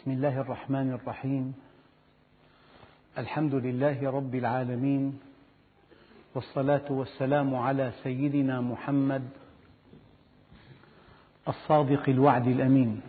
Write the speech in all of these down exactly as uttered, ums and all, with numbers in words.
بسم الله الرحمن الرحيم. الحمد لله رب العالمين، والصلاة والسلام على سيدنا محمد الصادق الوعد الأمين.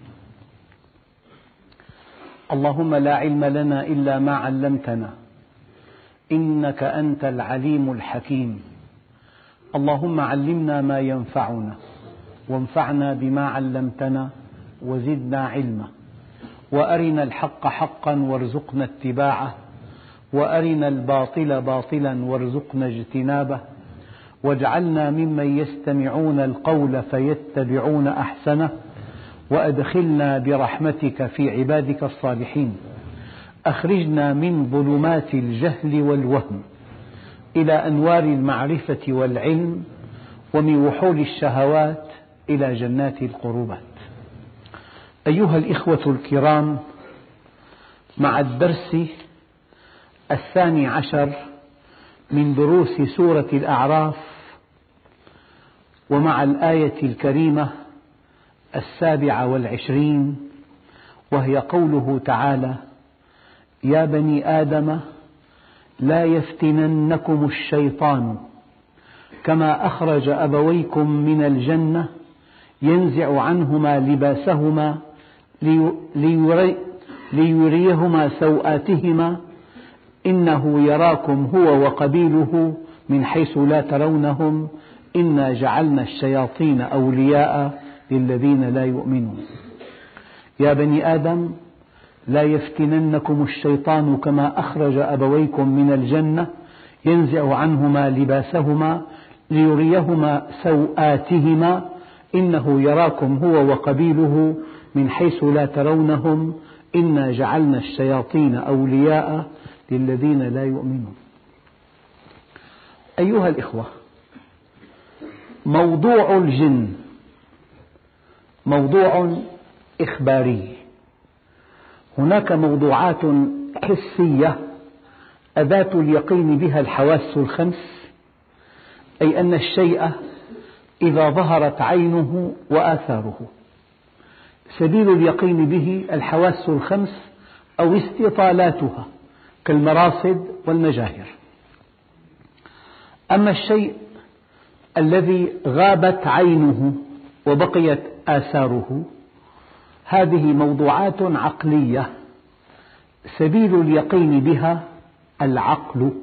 اللهم لا علم لنا إلا ما علمتنا إنك أنت العليم الحكيم. اللهم علمنا ما ينفعنا وانفعنا بما علمتنا وزدنا علما، وأرنا الحق حقا وارزقنا اتباعه، وأرنا الباطل باطلا وارزقنا اجتنابه، واجعلنا ممن يستمعون القول فيتبعون أحسنه، وأدخلنا برحمتك في عبادك الصالحين. أخرجنا من ظلمات الجهل والوهم إلى أنوار المعرفة والعلم، ومن وحول الشهوات إلى جنات القربات. أيها الإخوة الكرام، مع الدرس الثاني عشر من دروس سورة الأعراف، ومع الآية الكريمة السابعة والعشرين، وهي قوله تعالى: يا بني آدم لا يفتننكم الشيطان كما أخرج أبويكم من الجنة ينزع عنهما لباسهما ليري ليريهما سوآتهما إنه يراكم هو وقبيله من حيث لا ترونهم إنا جعلنا الشياطين أولياء للذين لا يؤمنون. يا بني آدم لا يفتننكم الشيطان كما أخرج أبويكم من الجنة ينزع عنهما لباسهما ليريهما سوآتهما إنه يراكم هو وقبيله من حيث لا ترونهم إنا جعلنا الشياطين أولياء للذين لا يؤمنون. أيها الإخوة، موضوع الجن موضوع إخباري. هناك موضوعات حسية أداة اليقين بها الحواس الخمس، أي أن الشيء إذا ظهرت عينه وآثاره سبيل اليقين به الحواس الخمس أو استطالاتها كالمراصد والمجاهر. أما الشيء الذي غابت عينه وبقيت آثاره، هذه موضوعات عقلية سبيل اليقين بها العقل.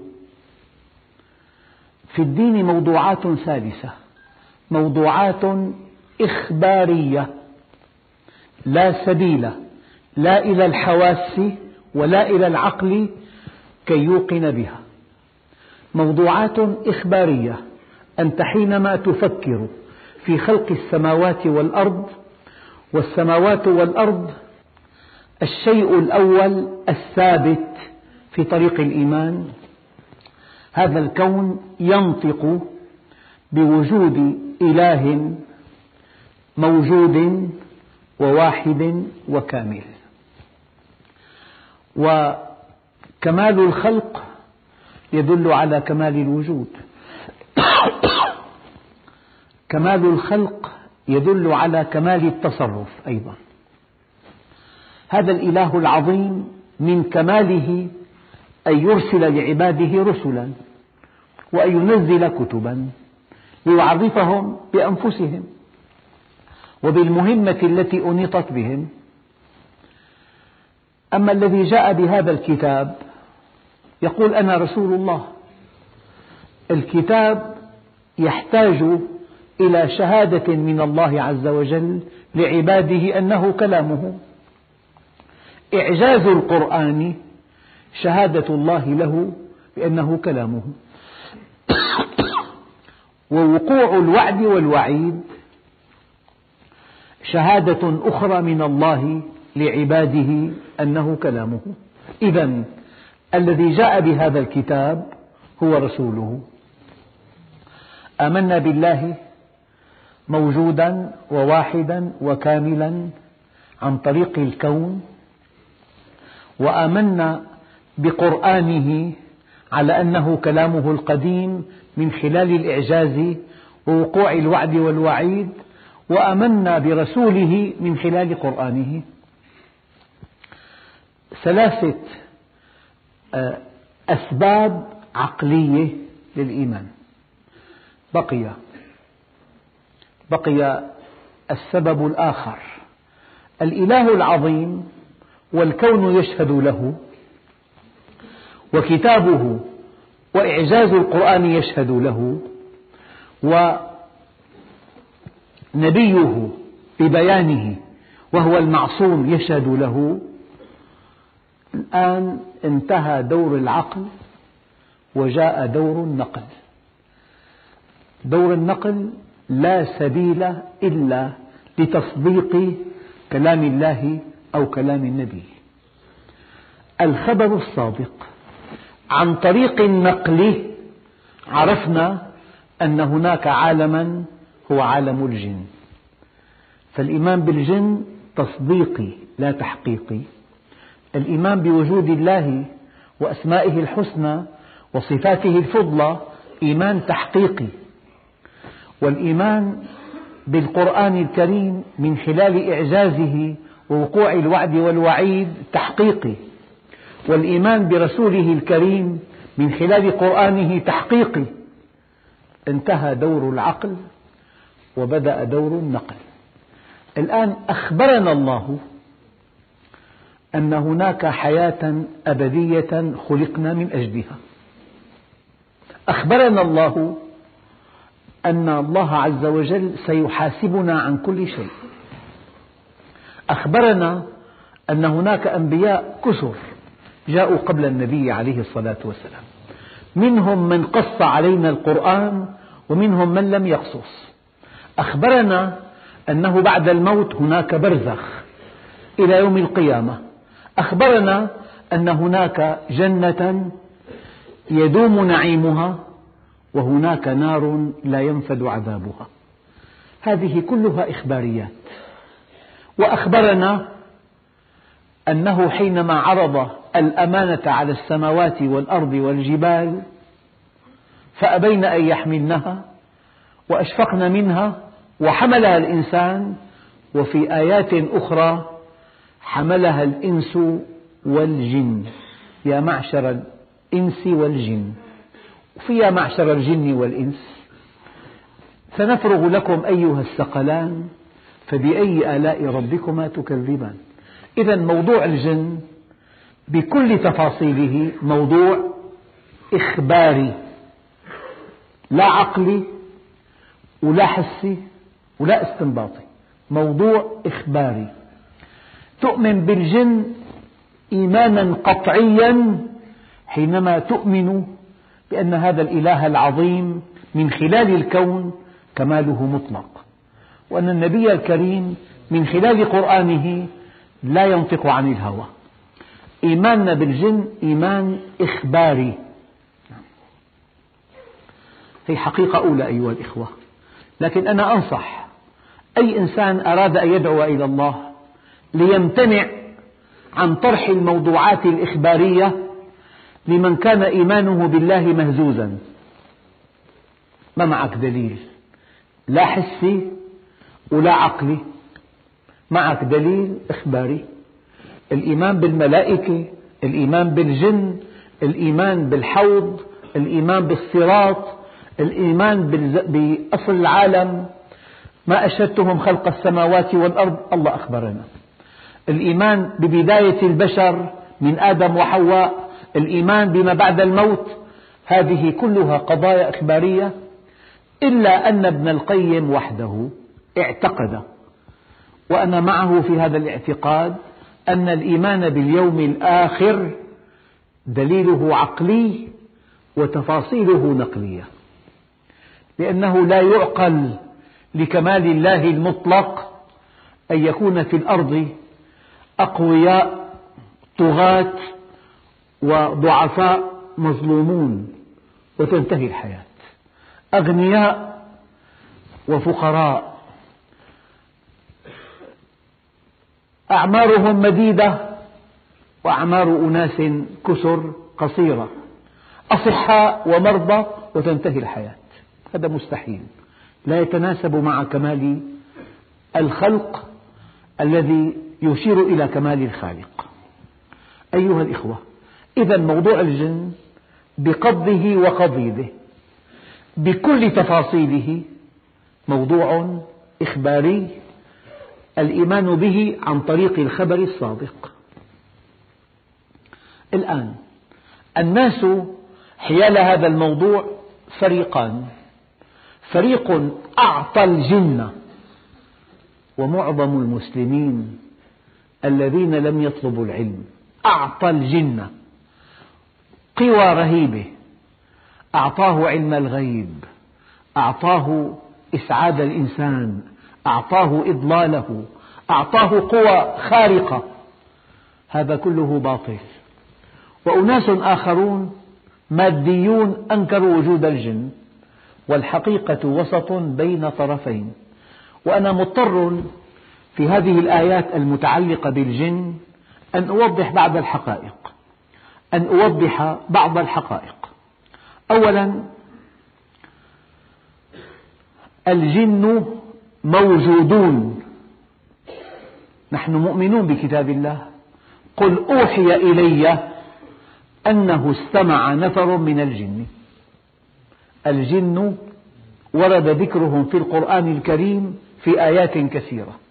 في الدين موضوعات ثالثة، موضوعات إخبارية لا سبيل لا إلى الحواس ولا إلى العقل كي يوقن بها. موضوعات إخبارية، أنت حينما تفكر في خلق السماوات والأرض، والسماوات والأرض الشيء الأول الثابت في طريق الإيمان، هذا الكون ينطق بوجود إله موجود وواحد وكامل. وكمال الخلق يدل على كمال الوجود، كمال الخلق يدل على كمال التصرف أيضا. هذا الإله العظيم من كماله أن يرسل لعباده رسلا وأن ينزل كتبا ليعرفهم بأنفسهم وبالمهمة التي أنيطت بهم. أما الذي جاء بهذا الكتاب يقول أنا رسول الله. الكتاب يحتاج إلى شهادة من الله عز وجل لعباده أنه كلامه. إعجاز القرآن شهادة الله له بأنه كلامه، ووقوع الوعد والوعيد شهادة أخرى من الله لعباده أنه كلامه. إذن الذي جاء بهذا الكتاب هو رسوله. آمنا بالله موجودا وواحدا وكاملا عن طريق الكون، وآمنا بقرآنه على أنه كلامه القديم من خلال الإعجاز ووقوع الوعد والوعيد، وآمنا برسوله من خلال قرآنه. ثلاثة أسباب عقلية للإيمان. بقي بقي السبب الآخر، الإله العظيم والكون يشهد له، وكتابه وإعجاز القرآن يشهد له، ونبيه ببيانه وهو المعصوم يشهد له. الآن انتهى دور العقل وجاء دور النقل. دور النقل لا سبيل إلا لتصديق كلام الله أو كلام النبي. الخبر الصادق عن طريق النقل عرفنا أن هناك عالما هو عالم الجن، فالإيمان بالجن تصديقي لا تحقيقي. الإيمان بوجود الله وأسمائه الحسنى وصفاته الفضلى إيمان تحقيقي، والإيمان بالقرآن الكريم من خلال إعجازه ووقوع الوعد والوعيد تحقيقي، والإيمان برسوله الكريم من خلال قرآنه تحقيقي. انتهى دور العقل وبدأ دور النقل. الآن أخبرنا الله أن هناك حياة أبدية خلقنا من أجلها. أخبرنا الله أن الله عز وجل سيحاسبنا عن كل شيء. أخبرنا أن هناك أنبياء كثر جاءوا قبل النبي عليه الصلاة والسلام، منهم من قص علينا القرآن ومنهم من لم يقصص. أخبرنا أنه بعد الموت هناك برزخ إلى يوم القيامة. أخبرنا أن هناك جنة يدوم نعيمها وهناك نار لا ينفد عذابها. هذه كلها إخباريات. وأخبرنا أنه حينما عرض الأمانة على السماوات والأرض والجبال فأبين أن يحملنها وأشفقن منها وحملها الإنسان، وفي آيات أخرى حملها الإنس والجن، يا معشر الإنس والجن، وفيها معشر الجن والإنس. سنفرغ لكم أيها الثقلان فبأي آلاء ربكما تكذبان. إذا موضوع الجن بكل تفاصيله موضوع إخباري، لا عقلي ولا حسي ولا استنباطي، موضوع إخباري. تؤمن بالجن إيمانا قطعيا حينما تؤمن بأن هذا الإله العظيم من خلال الكون كماله مطلق، وأن النبي الكريم من خلال قرآنه لا ينطق عن الهوى. إيماننا بالجن إيمان إخباري. هي حقيقة أولى أيها الإخوة، لكن أنا أنصح أي إنسان أراد أن يدعو إلى الله ليمتنع عن طرح الموضوعات الإخبارية لمن كان إيمانه بالله مهزوزا. ما معك دليل لا حسي ولا عقلي، معك دليل إخباري. الإيمان بالملائكة، الإيمان بالجن، الإيمان بالحوض، الإيمان بالصراط، الإيمان بأصل العالم، ما أشهدتهم خلق السماوات والأرض، الله أخبرنا. الإيمان ببداية البشر من آدم وحواء، الإيمان بما بعد الموت، هذه كلها قضايا إخبارية، إلا أن ابن القيم وحده اعتقد، وأنا معه في هذا الاعتقاد، أن الإيمان باليوم الآخر دليله عقلي وتفاصيله نقلية، لأنه لا يعقل لكمال الله المطلق أن يكون في الأرض أقوياء طغاة وضعفاء مظلومون وتنتهي الحياة، أغنياء وفقراء، أعمارهم مديدة وأعمار أناس كثر قصيرة، أصحاء ومرضى وتنتهي الحياة. هذا مستحيل، لا يتناسب مع كمال الخلق الذي يشير إلى كمال الخالق. أيها الإخوة، إذا موضوع الجن بقضه وقضيده بكل تفاصيله موضوع إخباري الإيمان به عن طريق الخبر الصادق. الآن الناس حيال هذا الموضوع فريقان: فريق أعطى الجن، ومعظم المسلمين الذين لم يطلبوا العلم أعطى الجن قوى رهيبة، أعطاه علم الغيب، أعطاه إسعاد الإنسان، أعطاه إضلاله، أعطاه قوى خارقة. هذا كله باطل. وأناس آخرون ماديون أنكروا وجود الجن، والحقيقة وسط بين طرفين. وأنا مضطر في هذه الآيات المتعلقة بالجن أن أوضح بعض الحقائق أن أوضح بعض الحقائق. أولا، الجن موجودون، نحن مؤمنون بكتاب الله. قل أوحي إلي أنه استمع نفر من الجن. الجن ورد ذكرهم في القرآن الكريم في آيات كثيرة،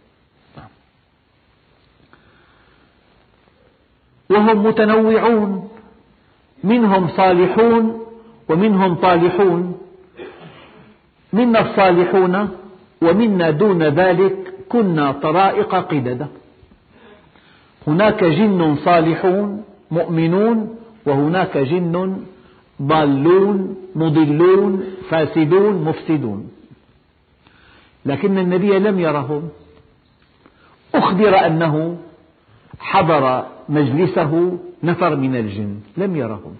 وهم متنوعون، منهم صالحون ومنهم طالحون، منا الصالحون ومنا دون ذلك كنا طرائق قددا. هناك جن صالحون مؤمنون، وهناك جن ضالون مضلون فاسدون مفسدون، لكن النبي لم يرهم. أخبر أنه حضر مجلسه نفر من الجن، لم يرهم.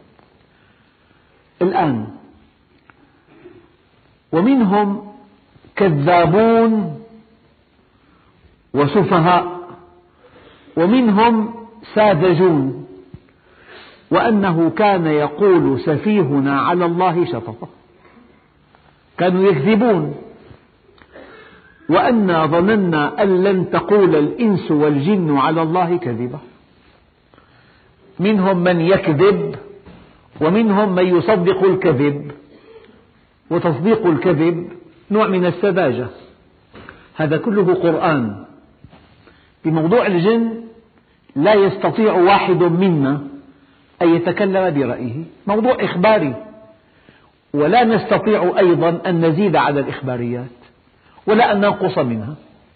الآن ومنهم كذابون وسفهاء، ومنهم ساذجون، وأنه كان يقول سفيهنا على الله شططا، كانوا يكذبون. وأنا ظننا أن لن تقول الإنس والجن على الله كذبا. منهم من يكذب ومنهم من يصدق الكذب، وتصديق الكذب نوع من السذاجة. هذا كله قرآن. بموضوع الجن لا يستطيع واحد منا أن يتكلم برأيه، موضوع إخباري، ولا نستطيع أيضا أن نزيد على الإخباريات ولا أن ننقص منها.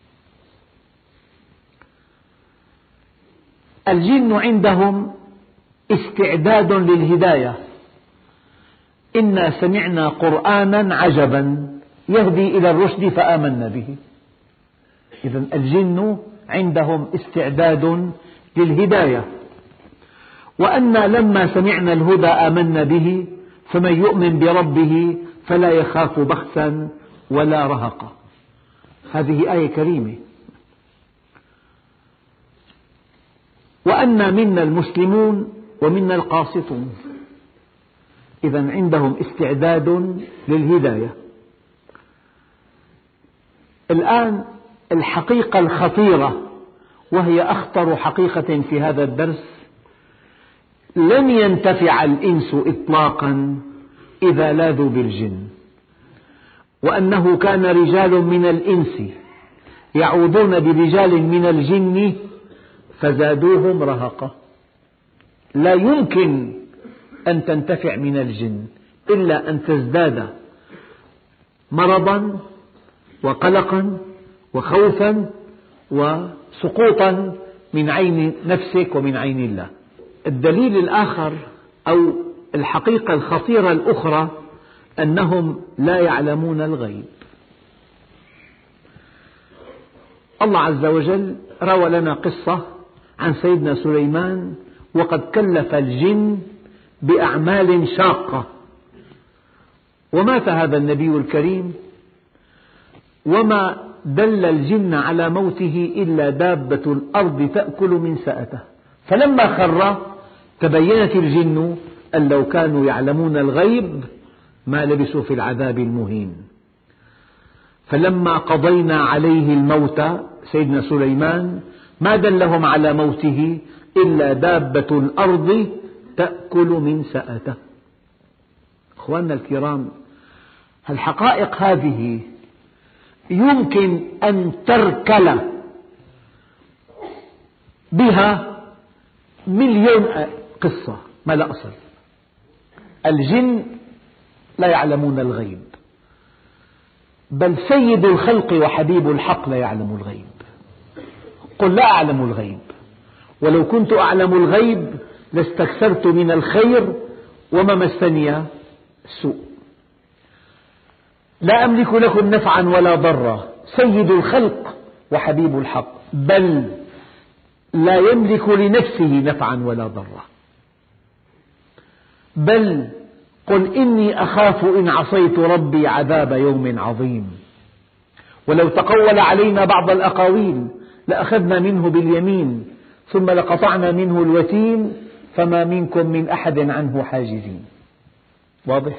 الجن عندهم استعداد للهداية. إنا سمعنا قرآنا عجبا يهدي إلى الرشد فآمنا به. إذن الجن عندهم استعداد للهداية. وأنا لما سمعنا الهدى آمنا به فمن يؤمن بربه فلا يخاف بخسا ولا رهقا. هذه آية كريمة. وأنا منا المسلمون ومنا القاسطون. إذن عندهم استعداد للهداية. الآن الحقيقة الخطيرة، وهي أخطر حقيقة في هذا الدرس: لن ينتفع الإنس إطلاقا إذا لاذوا بالجن، وأنه كان رجال من الإنس يعوذون برجال من الجن فزادوهم رهقا. لا يمكن أن تنتفع من الجن إلا أن تزداد مرضا وقلقا وخوفا وسقوطا من عين نفسك ومن عين الله. الدليل الآخر أو الحقيقة الخطيرة الأخرى أنهم لا يعلمون الغيب. الله عز وجل روى لنا قصة عن سيدنا سليمان، وقد كلف الجن بأعمال شاقة، ومات هذا النبي الكريم، وما دل الجن على موته إلا دابة الأرض تأكل من سأته. فلما خر تبينت الجن أن لو كانوا يعلمون الغيب ما لبثوا في العذاب المهين. فلما قضينا عليه الموت، سيدنا سليمان، ما دلهم على موته إلا دابة الأرض تأكل من سأته. أخواننا الكرام، الحقائق هذه يمكن أن تركل بها مليون قصة ما لا أصل. الجن لا يعلمون الغيب، بل سيد الخلق وحبيب الحق لا يعلم الغيب. قل لا أعلم الغيب، ولو كنت أعلم الغيب لاستكثرت من الخير وما مسني السوء. لا أملك لكم نفعا ولا ضرا، سيد الخلق وحبيب الحق، بل لا يملك لنفسه نفعا ولا ضرا. بل قل إني أخاف إن عصيت ربي عذاب يوم عظيم. ولو تقول علينا بعض الأقاويل لأخذنا منه باليمين ثم لقطعنا منه الوتين فما منكم من أحد عنه حاجزين. واضح؟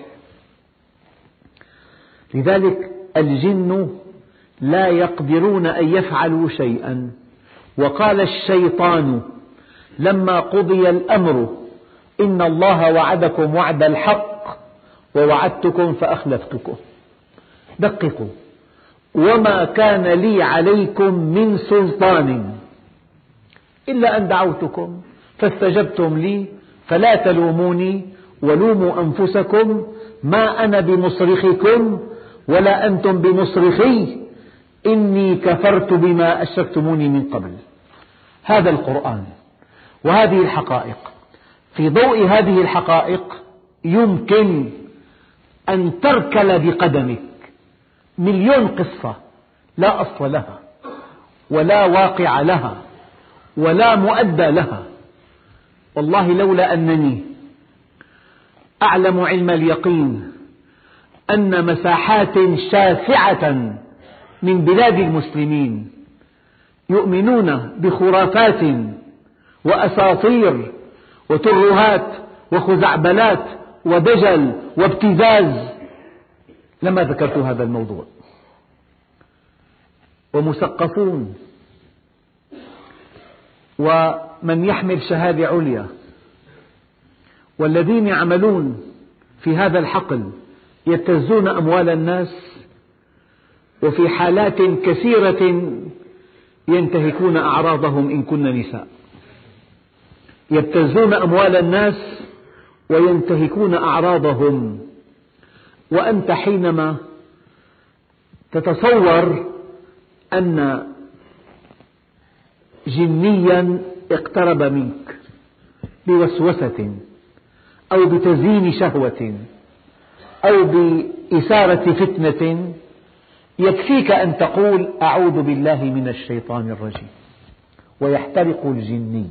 لذلك الجن لا يقدرون أن يفعلوا شيئا. وقال الشيطان لما قضي الأمر إن الله وعدكم وعد الحق ووعدتكم فأخلفتكم. دققوا: وما كان لي عليكم من سلطان إلا أن دعوتكم فاستجبتم لي فلا تلوموني ولوموا أنفسكم ما أنا بمصرخكم ولا أنتم بمصرخي إني كفرت بما أشركتموني من قبل. هذا القرآن وهذه الحقائق. في ضوء هذه الحقائق يمكن أن تركل بقدمك مليون قصة لا أصل لها ولا واقع لها ولا مؤدى لها. والله لولا أنني أعلم علم اليقين أن مساحات شاسعة من بلاد المسلمين يؤمنون بخرافات وأساطير وترهات وخزعبلات ودجل وابتزاز لما ذكرت هذا الموضوع. ومثقفون ومن يحمل شهادة عليا والذين يعملون في هذا الحقل يبتزون أموال الناس، وفي حالات كثيرة ينتهكون أعراضهم إن كن نساء. يبتزون أموال الناس وينتهكون أعراضهم. وأنت حينما تتصور أن جنيا اقترب منك بوسوسة أو بتزيين شهوة أو بإثارة فتنة، يكفيك أن تقول أعوذ بالله من الشيطان الرجيم ويحترق الجني.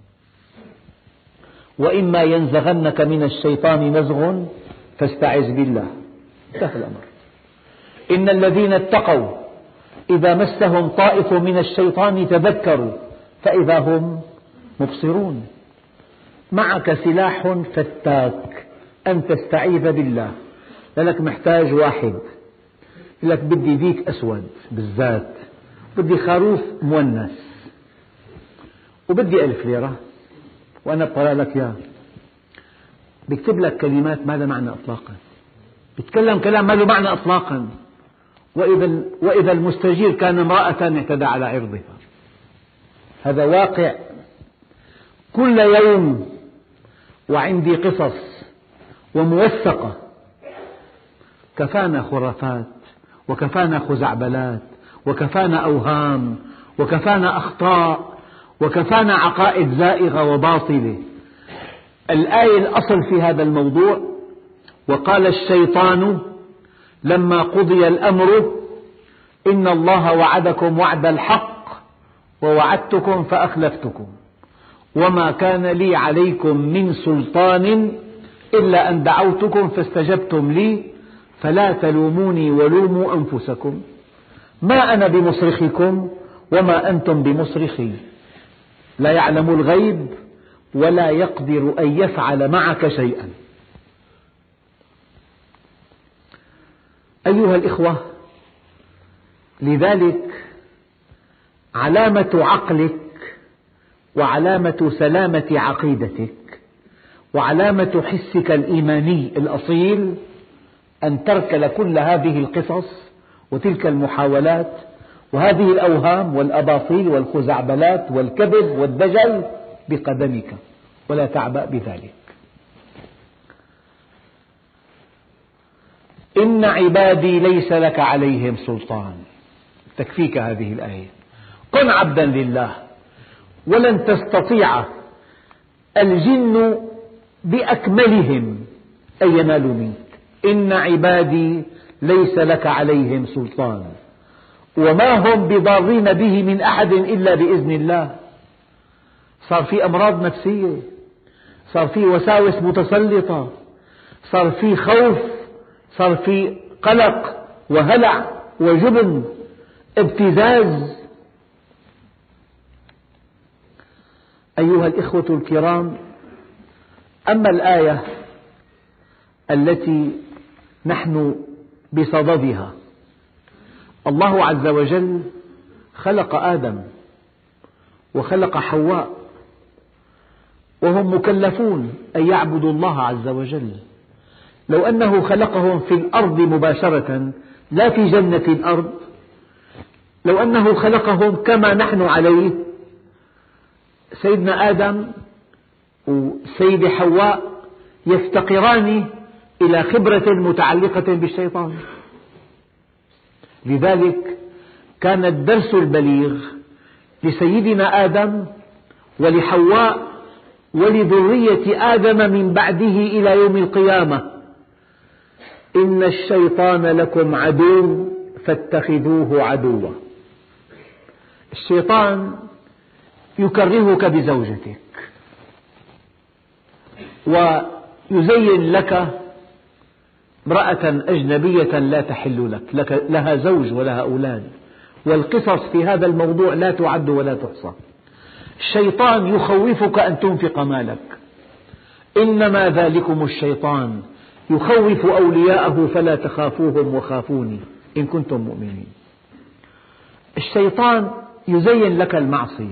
وإما ينزغنك من الشيطان نزغ فاستعذ بالله. انتهى الأمر. إن الذين اتقوا إذا مسهم طائف من الشيطان تذكروا فإذا هم مبصرون. معك سلاح فتاك أن تستعيذ بالله. لأنك محتاج واحد يقول لك بدي ديك أسود بالذات، بدي خروف مونس، وبدي ألف ليرة وأنا بطلع لك إياه. بيكتب لك كلمات ما لها معنى إطلاقا، بيتكلم كلام ما له معنى إطلاقا. وإذا, وإذا المستجير كان امرأة اعتدى على عرضها. هذا واقع كل يوم، وعندي قصص وموثقة. كفانا خرافات وكفانا خزعبلات وكفانا أوهام وكفانا أخطاء وكفانا عقائد زائغة وباطلة. الآية الأصل في هذا الموضوع: وقال الشيطان لما قضي الأمر إن الله وعدكم وعد الحق ووعدتكم فأخلفتكم وما كان لي عليكم من سلطان إلا أن دعوتكم فاستجبتم لي فلا تلوموني ولوموا أنفسكم ما أنا بمصرخكم وما أنتم بمصرخي. لا يعلم الغيب ولا يقدر أن يفعل معك شيئا. أيها الإخوة، لذلك علامة عقلك وعلامة سلامة عقيدتك وعلامة حسك الإيماني الأصيل أن تركل كل هذه القصص وتلك المحاولات وهذه الأوهام والأباطيل والخزعبلات والكذب والدجل بقدمك، ولا تعبأ بذلك. إن عبادي ليس لك عليهم سلطان، تكفيك هذه الآية. كن عبدا لله، ولن تستطيع الجن بأكملهم أن ينالوا منك. إن عبادي ليس لك عليهم سلطان، وما هم بضارين به من أحد إلا بإذن الله. صار في أمراض نفسية، صار في وساوس متسلطة، صار في خوف، صار في قلق وهلع وجبن، ابتزاز. أيها الإخوة الكرام، أما الآية التي نحن بصددها، الله عز وجل خلق آدم وخلق حواء، وهم مكلفون أن يعبدوا الله عز وجل. لو أنه خلقهم في الأرض مباشرة لا في جنة الأرض، لو أنه خلقهم كما نحن عليه، سيدنا آدم والسيدة حواء يفتقران إلى خبرة متعلقة بالشيطان. لذلك كان الدرس البليغ لسيدنا آدم ولحواء ولذرية آدم من بعده إلى يوم القيامة: إن الشيطان لكم عدو فاتخذوه عدوا. الشيطان يكرهك بزوجتك ويزين لك امرأة أجنبية لا تحل لك، لك لها زوج ولها أولاد، والقصص في هذا الموضوع لا تعد ولا تحصى. الشيطان يخوفك أن تنفق مالك، إنما ذلكم الشيطان يخوف أولياءه فلا تخافوهم وخافوني إن كنتم مؤمنين. الشيطان يزين لك المعصية: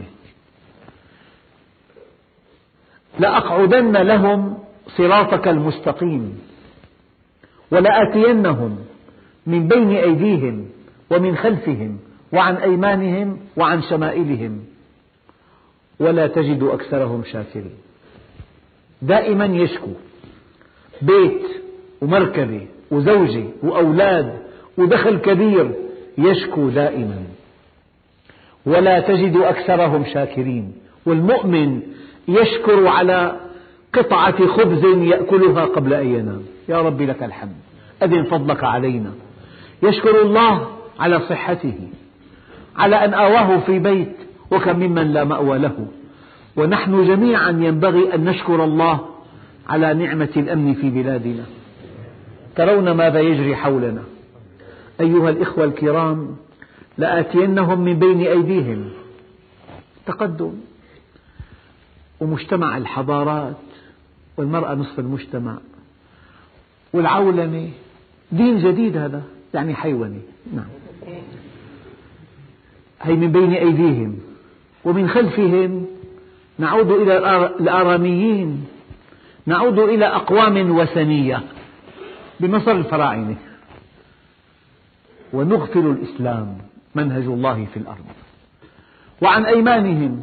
لأقعدن لهم صراطك المستقيم ولآتينهم من بين أيديهم ومن خلفهم وعن أيمانهم وعن شمائلهم ولا تجد أكثرهم شاكرين. دائما يشكو، بيت ومركبة وزوجة وأولاد ودخل كبير، يشكو دائما. ولا تجد أكثرهم شاكرين. والمؤمن يشكر على قطعة خبز يأكلها قبل أن ينام: يا رب لك الحمد، أدم فضلك علينا. يشكر الله على صحته، على أن آواه في بيت، وكم ممن لا مأوى له. ونحن جميعا ينبغي أن نشكر الله على نعمة الأمن في بلادنا. ترون ماذا يجري حولنا. أيها الإخوة الكرام، لآتينهم من بين أيديهم، تقدم ومجتمع الحضارات، والمرأة نصف المجتمع، والعولمة، دين جديد هذا يعني حيواني. نعم، هي من بين أيديهم ومن خلفهم. نعود إلى الآراميين، نعود إلى أقوام وثنية بمصر الفراعنة، ونغفل الإسلام منهج الله في الأرض. وعن أيمانهم،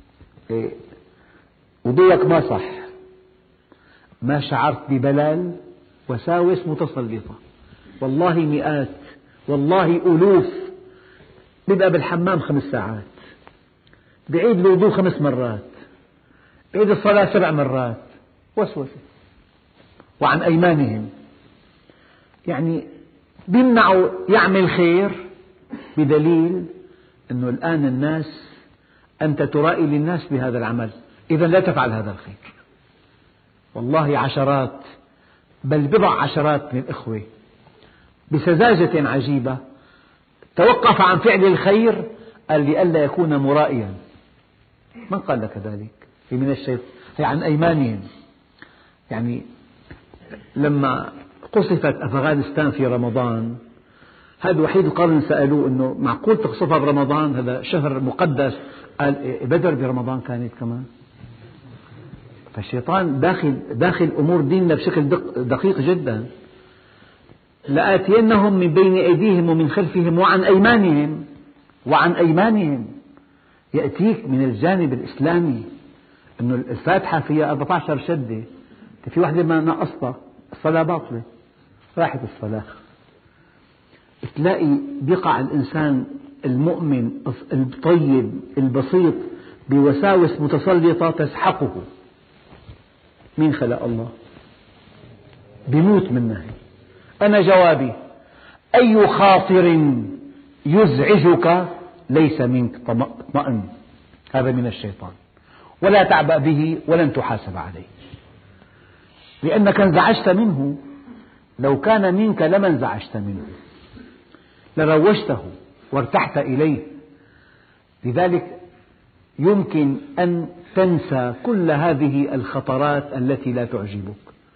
وضوءك ما صح، ما شعرت ببلال، وساوس متسلطة، والله مئات، والله ألوف. بيبقى بالحمام خمس ساعات، بعيد الوضوء خمس مرات، بعيد الصلاة سبع مرات، وسوسة. وعن أيمانهم يعني بيمنعوا يعمل خير، بدليل أنه الآن الناس، أنت ترائي للناس بهذا العمل، إذا لا تفعل هذا الخير. والله عشرات، بل بضع عشرات من الإخوة بسذاجة عجيبة توقف عن فعل الخير، قال لئلا يكون مرائيا. من قال لك ذلك؟ هي من الشيطان. هي عن أيمانهم. يعني لما قصفت أفغانستان في رمضان، هذا وحيد القرن سألوه: إنه معقول تقصفها برمضان؟ هذا شهر مقدس، قال بدر برمضان كانت كمان. فالشيطان داخل, داخل أمور ديننا بشكل دقيق جدا. لآتينهم من بين أيديهم ومن خلفهم وعن أيمانهم وعن أيمانهم. يأتيك من الجانب الإسلامي أن الفاتحة فيها أربعة عشر شدة، في واحدة ما نقصتها الصلاة باطلة، راحت الصلاة. تلاقي بيقع الإنسان المؤمن الطيب البسيط بوساوس متسلطة تسحقه. مين خلق الله؟ بيموت منها. أنا جوابي: أي خاطر يزعجك ليس منك، اطمئن، هذا من الشيطان، ولا تعبأ به ولن تحاسب عليه، لأنك انزعجت منه. لو كان منك لما انزعجت منه، لروجته وارتحت إليه. لذلك يمكن أن تنسى كل هذه الخطرات التي لا تعجبك.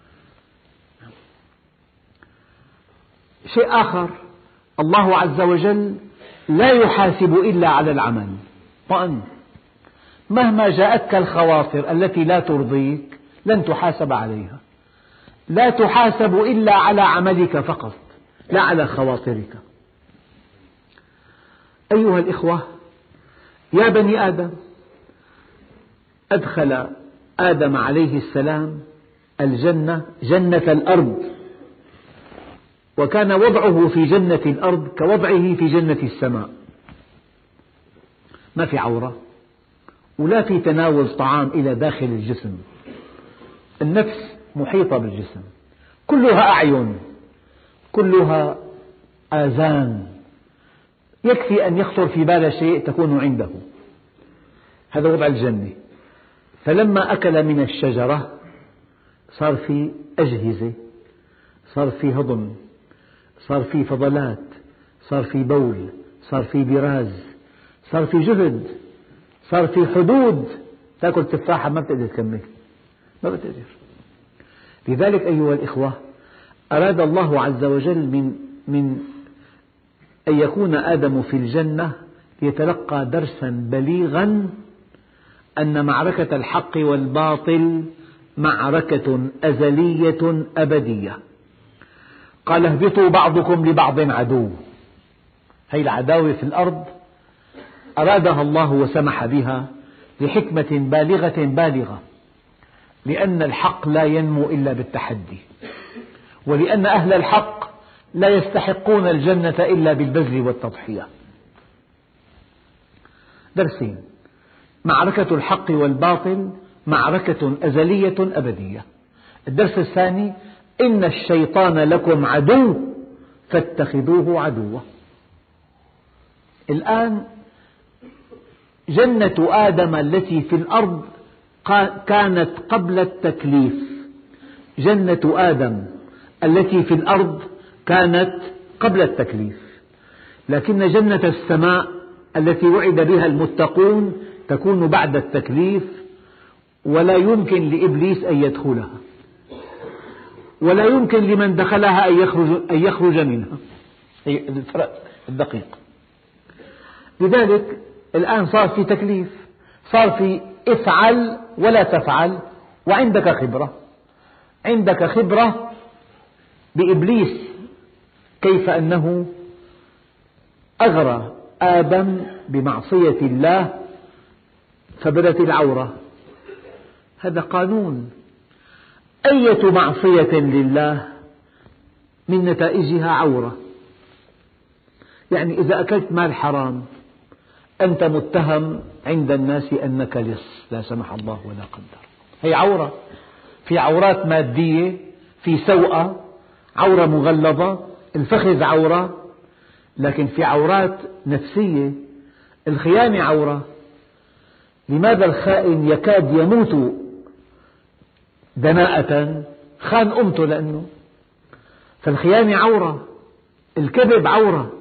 شيء آخر، الله عز وجل لا يحاسب إلا على العمل. طبعا مهما جاءتك الخواطر التي لا ترضيك لن تحاسب عليها. لا تحاسب إلا على عملك فقط، لا على خواطرك. أيها الإخوة، يا بني آدم، أدخل آدم عليه السلام الجنة، جنة الأرض، وكان وضعه في جنة الأرض كوضعه في جنة السماء. ما في عورة ولا في تناول طعام إلى داخل الجسم. النفس محيطة بالجسم، كلها أعين، كلها آذان، يكفي أن يخطر في بال شيء تكون عنده. هذا وضع الجنة. فلما أكل من الشجرة صار في أجهزة، صار في هضم، صار في فضلات، صار في بول، صار في براز، صار في جهد، صار في حدود. تأكل تفاحة ما بتقدر تكمل، ما بتقدر. لذلك أيها الإخوة، أراد الله عز وجل من, من أن يكون آدم في الجنة ليتلقى درسا بليغا أن معركة الحق والباطل معركة أزلية أبدية. قال: اهبطوا بعضكم لبعض عدو. هذه العداوة في الأرض أرادها الله وسمح بها لحكمة بالغة بالغة، لأن الحق لا ينمو إلا بالتحدي، ولأن أهل الحق لا يستحقون الجنة إلا بالبذل والتضحية. درسين: معركة الحق والباطل معركة أزلية أبدية. الدرس الثاني: إن الشيطان لكم عدو فاتخذوه عدوا. الآن جنة آدم التي في الأرض كانت قبل التكليف، جنة آدم التي في الأرض كانت قبل التكليف، لكن جنة السماء التي وعد بها المتقون تكون بعد التكليف، ولا يمكن لإبليس أن يدخلها، ولا يمكن لمن دخلها أن يخرج, أن يخرج منها. الفرق الدقيق. لذلك الآن صار في تكليف، صار في افعل ولا تفعل، وعندك خبرة. عندك خبرة بإبليس، كيف أنه أغرى آدم بمعصية الله فبدت العورة. هذا قانون. أية معصية لله من نتائجها عورة. يعني إذا أكلت مال حرام أنت متهم عند الناس أنك لص، لا سمح الله ولا قدر. هي عورة. في عورات مادية، في سوءة، عورة مغلظة، الفخذ عورة، لكن في عورات نفسية. الخيانة عورة. لماذا الخائن يكاد يموت دناءة؟ خان أمته لأنه. فالخيانة عورة، الكذب عورة،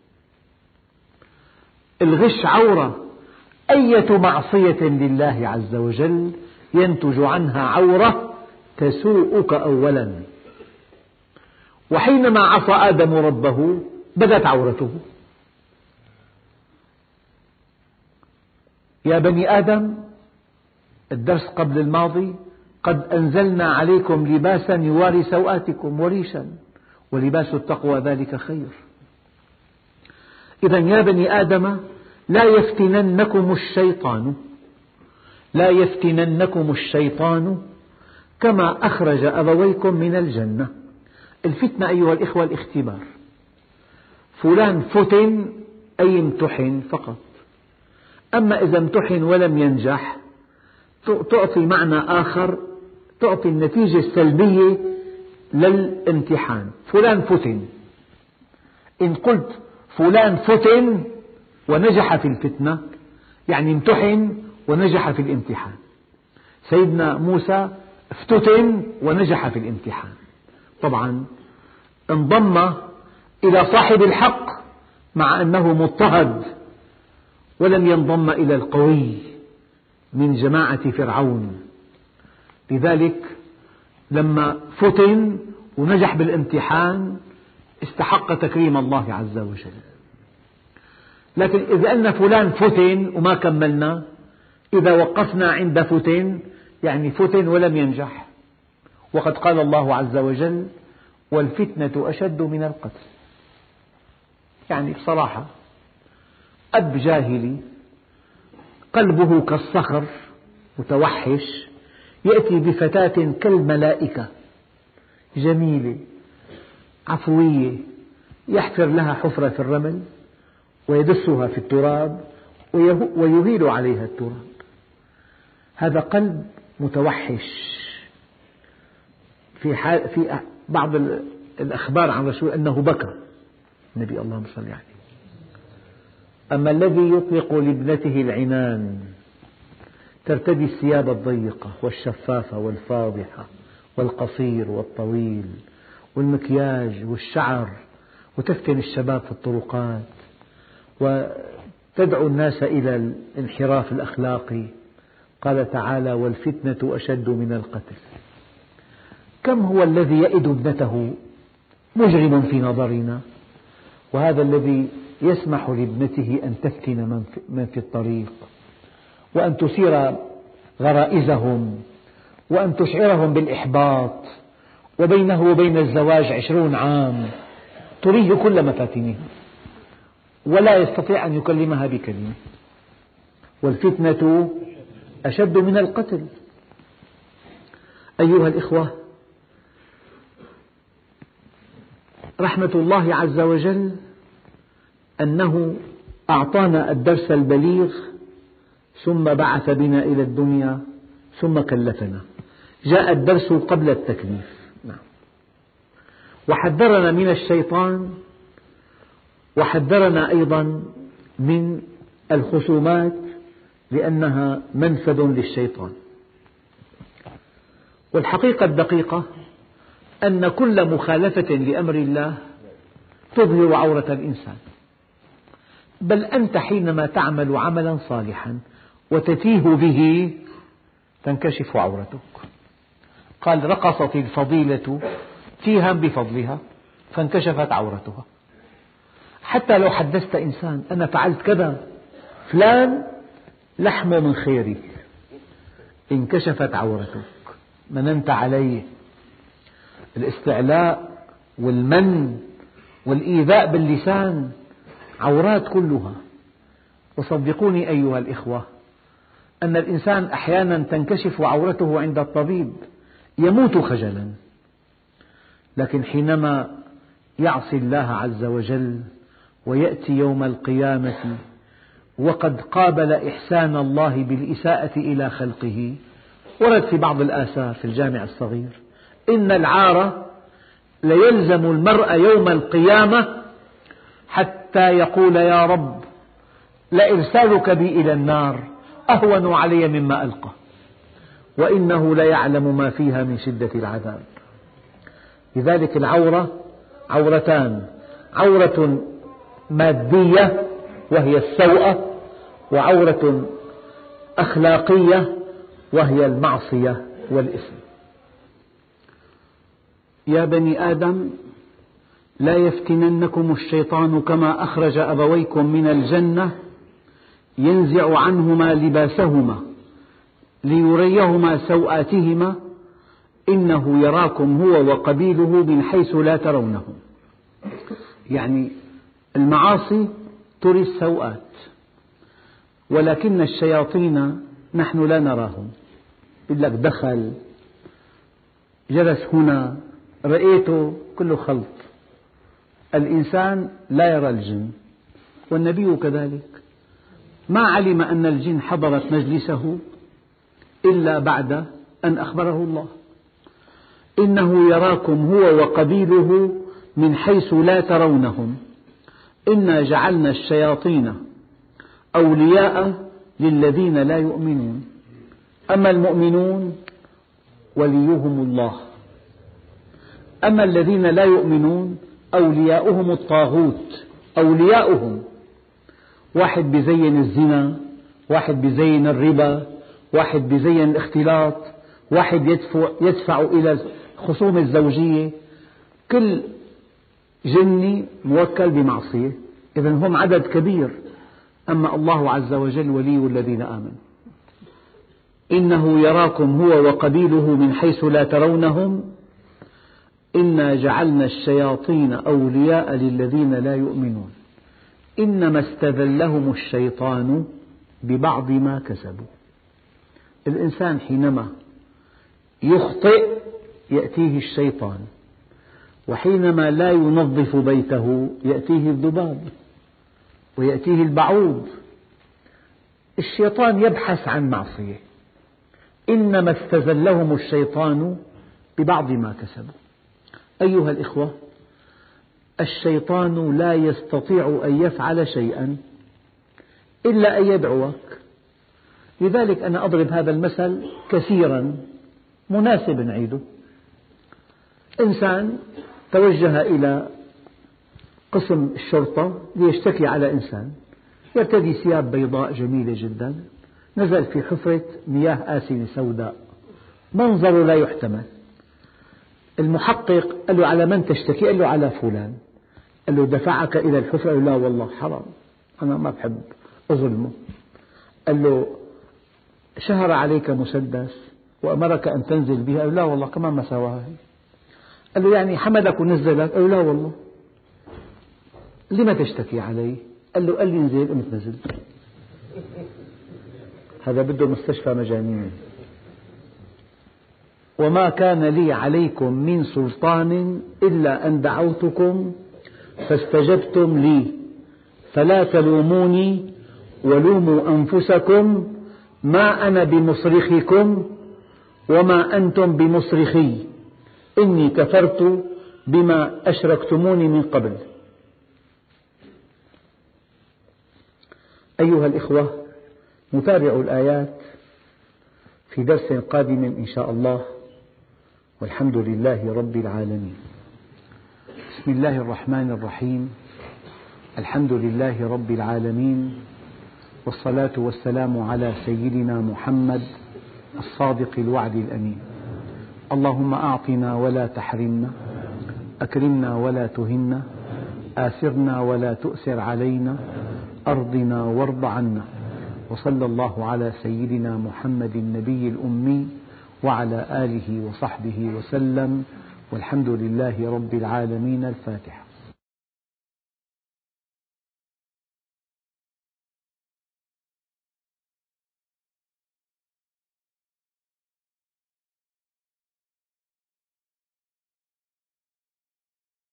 الغش عورة. أية معصية لله عز وجل ينتج عنها عورة تسوءك أولا. وحينما عصى آدم ربه بدت عورته. يا بني آدم، الدرس قبل الماضي، قد أنزلنا عليكم لباسا يواري سوآتكم وريشا ولباس التقوى ذلك خير. إذا يا بني آدم لا يفتننكم الشيطان لا يفتننكم الشيطان كما أخرج أبويكم من الجنة. الفتنة أيها الإخوة الاختبار. فلان فتن أي امتحن فقط. أما إذا امتحن ولم ينجح تعطي معنى آخر، تعطي النتيجة السلبية للامتحان. فلان فتن، إن قلت فلان فتن ونجح في الفتنة يعني امتحن ونجح في الامتحان. سيدنا موسى افتتن ونجح في الامتحان. طبعا انضم إلى صاحب الحق مع أنه مضطهد، ولم ينضم إلى القوي من جماعة فرعون. لذلك لما فتن ونجح بالامتحان استحق تكريم الله عز وجل. لكن إذا قلنا فلان فتن وما كملنا، إذا وقفنا عند فتن يعني فتن ولم ينجح. وقد قال الله عز وجل: والفتنة أشد من القتل. يعني بصراحة أب جاهلي قلبه كالصخر متوحش يأتي بفتاة كالملائكة جميلة عفوية، يحفر لها حفرة في الرمل ويدسها في التراب ويهيل عليها التراب. هذا قلب متوحش. في, حال في بعض الأخبار عن الرسول أنه بكى النبي اللهم صل عليه. أما الذي يطلق لابنته العنان، ترتدي الثياب الضيقة والشفافة والفاضحة والقصير والطويل والمكياج والشعر، وتفتن الشباب في الطرقات وتدعو الناس إلى الانحراف الأخلاقي. قال تعالى: والفتنة أشد من القتل. كم هو الذي يئد ابنته مجرم في نظرنا، وهذا الذي يسمح لابنته أن تفتن من في الطريق وأن تثير غرائزهم وأن تشعرهم بالإحباط، وبينه وبين الزواج عشرون عام تريه كل مفاتنها ولا يستطيع أن يكلمها بكلمة. والفتنة أشد من القتل. أيها الإخوة، رحمة الله عز وجل أنه أعطانا الدرس البليغ ثم بعث بنا إلى الدنيا ثم كلفنا. جاء الدرس قبل التكليف. وحذرنا من الشيطان، وحذرنا أيضا من الخصومات لأنها منفذ للشيطان. والحقيقة الدقيقة أن كل مخالفة لأمر الله تظهر عورة الإنسان. بل أنت حينما تعمل عملا صالحا وتتيه به تنكشف عورتك. قال: رقصت الفضيلة تيها بفضلها فانكشفت عورتها. حتى لو حدثت إنسان: أنا فعلت كذا، فلان لحمه من خيري، انكشفت عورتك، مننت عليه. الاستعلاء والمن والإيذاء باللسان عورات كلها. وصدقوني أيها الإخوة أن الإنسان أحيانا تنكشف عورته عند الطبيب يموت خجلا، لكن حينما يعصي الله عز وجل ويأتي يوم القيامة وقد قابل إحسان الله بالإساءة إلى خلقه، ورد في بعض الآثار في الجامع الصغير: إن العار ليلزم المرء يوم القيامة حتى يقول: يا رب، لإرسالك بي إلى النار أهون علي مما ألقى، وإنه ليعلم ما فيها من شدة العذاب. لذلك العورة عورتان: عورة مادية وهي السوءة، وعورة أخلاقية وهي المعصية والإثم. يا بني آدم لا يفتننكم الشيطان كما أخرج أبويكم من الجنة ينزع عنهما لباسهما ليريهما سوآتهما إنه يراكم هو وقبيله من حيث لا ترونهم. يعني المعاصي تري السوءات، ولكن الشياطين نحن لا نراهم. يقول لك دخل، جلس هنا، رأيته، كله خلط. الإنسان لا يرى الجن، والنبي كذلك ما علم أن الجن حضرت مجلسه إلا بعد أن أخبره الله. إنه يراكم هو وقبيله من حيث لا ترونهم إنا جعلنا الشياطين أولياء للذين لا يؤمنون أما المؤمنون وليهم الله، أما الذين لا يؤمنون أولياؤهم الطاغوت. أولياؤهم واحد بيزين الزنا، واحد بيزين الربا، واحد بيزين الاختلاط، واحد يدفع, يدفع إلى الخصوم الزوجية. كل جني موكل بمعصية، إذن هم عدد كبير. أما الله عز وجل ولي الذين آمنوا. إنه يراكم هو وقبيله من حيث لا ترونهم إنا جعلنا الشياطين أولياء للذين لا يؤمنون إنما استذلهم الشيطان ببعض ما كسبوا. الإنسان حينما يخطئ يأتيه الشيطان، وحينما لا ينظف بيته يأتيه الذباب ويأتيه البعوض. الشيطان يبحث عن معصية. إنما استزلهم الشيطان ببعض ما كسبوا. أيها الإخوة، الشيطان لا يستطيع أن يفعل شيئا إلا أن يدعوك. لذلك أنا أضرب هذا المثل كثيرا، مناسب نعيده. إنسان توجه إلى قسم الشرطة ليشتكي على إنسان، يرتدي ثياب بيضاء جميلة جدا، نزل في حفرة مياه آسنة سوداء، منظر لا يحتمل. المحقق قال له على من تشتكي؟ قال له على فلان. قال له دفعك إلى الحفرة؟ قال له لا والله حرام، أنا ما بحب أظلمه. قال له شهر عليك مسدس وأمرك أن تنزل بها؟ قال له لا والله كمان ما سواها. قال له يعني حملك ونزلك؟ قال له لا والله. لما تشتكي علي؟ قال له قال لي انزل، قمت نزلت. هذا بده مستشفى مجانين. وما كان لي عليكم من سلطان إلا أن دعوتكم فاستجبتم لي فلا تلوموني ولوموا أنفسكم ما أنا بمصرخكم وما أنتم بمصرخي إني كفرت بما أشركتموني من قبل. أيها الإخوة، نتابع الآيات في درس قادم إن شاء الله، والحمد لله رب العالمين. بسم الله الرحمن الرحيم. الحمد لله رب العالمين، والصلاة والسلام على سيدنا محمد الصادق الوعد الأمين. اللهم أعطنا ولا تحرمنا، أكرمنا ولا تهنا، آثرنا ولا تؤثر علينا، أرضنا وارض عنا. وصلى الله على سيدنا محمد النبي الأمي وعلى آله وصحبه وسلم، والحمد لله رب العالمين. الفاتحة.